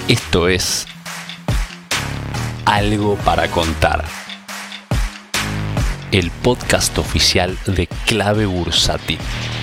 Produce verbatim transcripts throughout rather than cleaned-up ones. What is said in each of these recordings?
Esto es Algo para Contar, el podcast oficial de Clave Bursátil.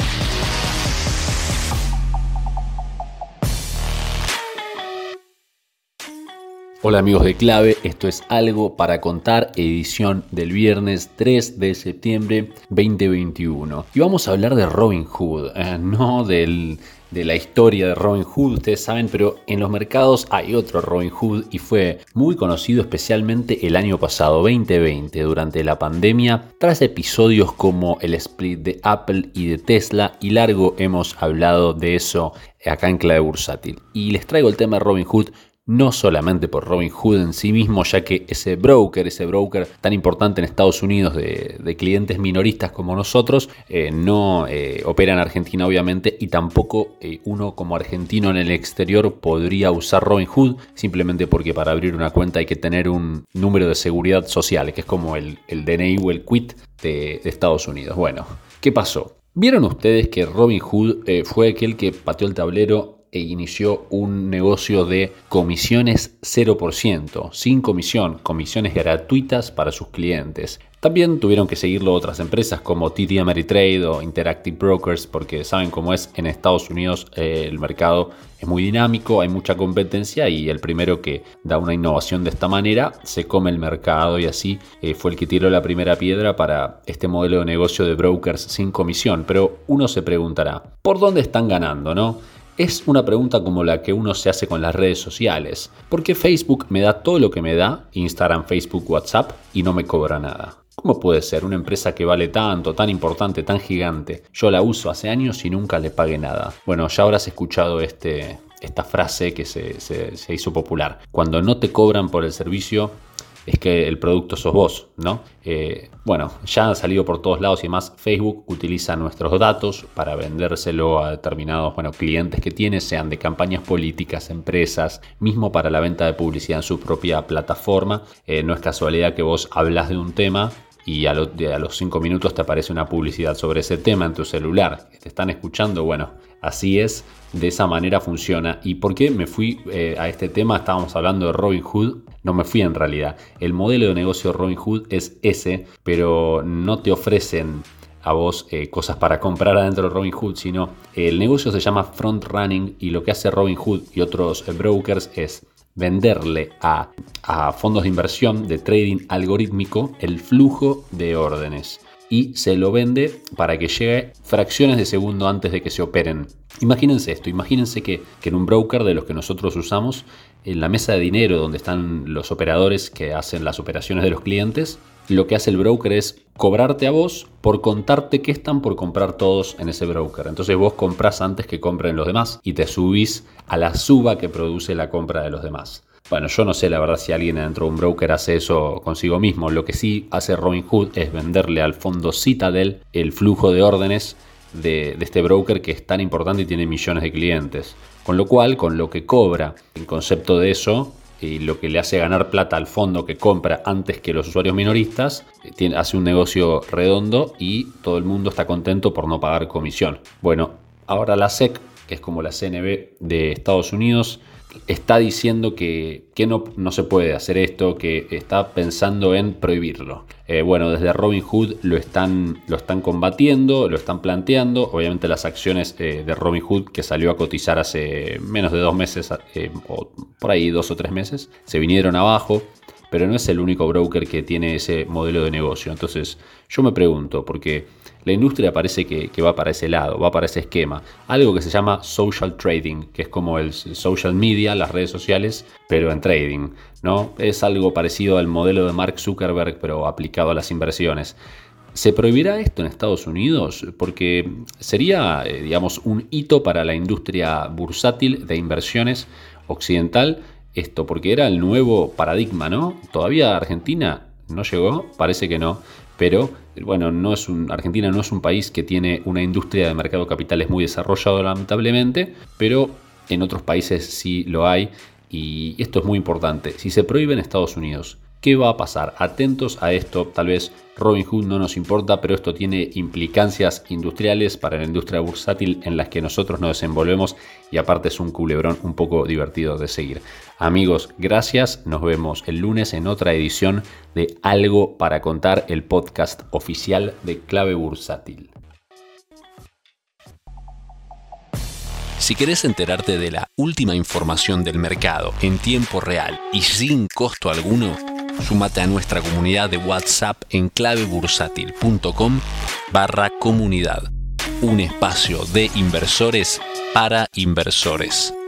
Hola amigos de Clave, esto es Algo para Contar, edición del viernes tres de septiembre veinte veintiuno. Y vamos a hablar de Robinhood, eh, no del... de la historia de Robinhood, ustedes saben, pero en los mercados hay otro Robinhood y fue muy conocido especialmente el año pasado, veinte veinte, durante la pandemia, tras episodios como el split de Apple y de Tesla, y largo hemos hablado de eso acá en Clave Bursátil. Y les traigo el tema de Robinhood no solamente por Robinhood en sí mismo, ya que ese broker, ese broker tan importante en Estados Unidos de, de clientes minoristas como nosotros, eh, no eh, opera en Argentina obviamente, y tampoco eh, uno como argentino en el exterior podría usar Robinhood, simplemente porque para abrir una cuenta hay que tener un número de seguridad social, que es como el, el D N I o el quit de, de Estados Unidos. Bueno, ¿qué pasó? ¿Vieron ustedes que Robinhood eh, fue aquel que pateó el tablero e inició un negocio de comisiones cero por ciento, sin comisión, comisiones gratuitas para sus clientes? También tuvieron que seguirlo otras empresas como T D Ameritrade o Interactive Brokers, porque saben cómo es en Estados Unidos, eh, el mercado es muy dinámico, hay mucha competencia y el primero que da una innovación de esta manera se come el mercado, y así eh, fue el que tiró la primera piedra para este modelo de negocio de brokers sin comisión. Pero uno se preguntará, ¿por dónde están ganando, no? Es una pregunta como la que uno se hace con las redes sociales. ¿Por qué Facebook me da todo lo que me da, Instagram, Facebook, WhatsApp, y no me cobra nada? ¿Cómo puede ser una empresa que vale tanto, tan importante, tan gigante? Yo la uso hace años y nunca le pagué nada. Bueno, ya habrás escuchado este, esta frase que se, se, se hizo popular. Cuando no te cobran por el servicio, es que el producto sos vos, ¿no? Eh, bueno, ya han salido por todos lados y más. Facebook utiliza nuestros datos para vendérselo a determinados, bueno, clientes que tiene, sean de campañas políticas, empresas, mismo para la venta de publicidad en su propia plataforma. Eh, no es casualidad que vos hablas de un tema y a, lo, a los cinco minutos te aparece una publicidad sobre ese tema en tu celular. ¿Te están escuchando? Bueno, así es, de esa manera funciona. ¿Y por qué me fui eh, a este tema? Estábamos hablando de Robinhood. No me fui en realidad. El modelo de negocio de Robinhood es ese, pero no te ofrecen a vos eh, cosas para comprar adentro de Robinhood, sino el negocio se llama front running, y lo que hace Robinhood y otros eh, brokers es venderle a, a fondos de inversión de trading algorítmico el flujo de órdenes, y se lo vende para que llegue fracciones de segundo antes de que se operen. Imagínense esto, imagínense que, que en un broker de los que nosotros usamos, en la mesa de dinero donde están los operadores que hacen las operaciones de los clientes, lo que hace el broker es cobrarte a vos por contarte que están por comprar todos en ese broker. Entonces vos comprás antes que compren los demás y te subís a la suba que produce la compra de los demás. Bueno, yo no sé la verdad si alguien dentro de un broker hace eso consigo mismo. Lo que sí hace Robinhood es venderle al fondo Citadel el flujo de órdenes de, de este broker que es tan importante y tiene millones de clientes. Con lo cual, con lo que cobra en concepto de eso y lo que le hace ganar plata al fondo que compra antes que los usuarios minoristas, tiene, hace un negocio redondo y todo el mundo está contento por no pagar comisión. Bueno, ahora la S E C, que es como la C N B de Estados Unidos, está diciendo que, que no, no se puede hacer esto, que está pensando en prohibirlo. Eh, bueno, desde Robinhood lo están, lo están combatiendo, lo están planteando. Obviamente las acciones eh, de Robinhood, que salió a cotizar hace menos de dos meses, eh, o por ahí dos o tres meses, se vinieron abajo. Pero no es el único broker que tiene ese modelo de negocio. Entonces yo me pregunto, porque la industria parece que, que va para ese lado, va para ese esquema. Algo que se llama social trading, que es como el social media, las redes sociales, pero en trading, ¿no? Es algo parecido al modelo de Mark Zuckerberg, pero aplicado a las inversiones. ¿Se prohibirá esto en Estados Unidos? Porque sería, eh, digamos, un hito para la industria bursátil de inversiones occidental, esto, porque era el nuevo paradigma, ¿no? Todavía Argentina no llegó, parece que no, pero bueno, no es un, Argentina no es un país que tiene una industria de mercado de capitales muy desarrollada, lamentablemente, pero en otros países sí lo hay, y esto es muy importante. Si se prohíbe en Estados Unidos, ¿Qué va a pasar? Atentos a esto, tal vez Robinhood no nos importa, pero esto tiene implicancias industriales para la industria bursátil en las que nosotros nos desenvolvemos y aparte es un culebrón un poco divertido de seguir. Amigos, gracias, nos vemos el lunes en otra edición de Algo para Contar, el podcast oficial de Clave Bursátil. Si querés enterarte de la última información del mercado en tiempo real y sin costo alguno, súmate a nuestra comunidad de WhatsApp en clavebursátil.com barra comunidad, un espacio de inversores para inversores.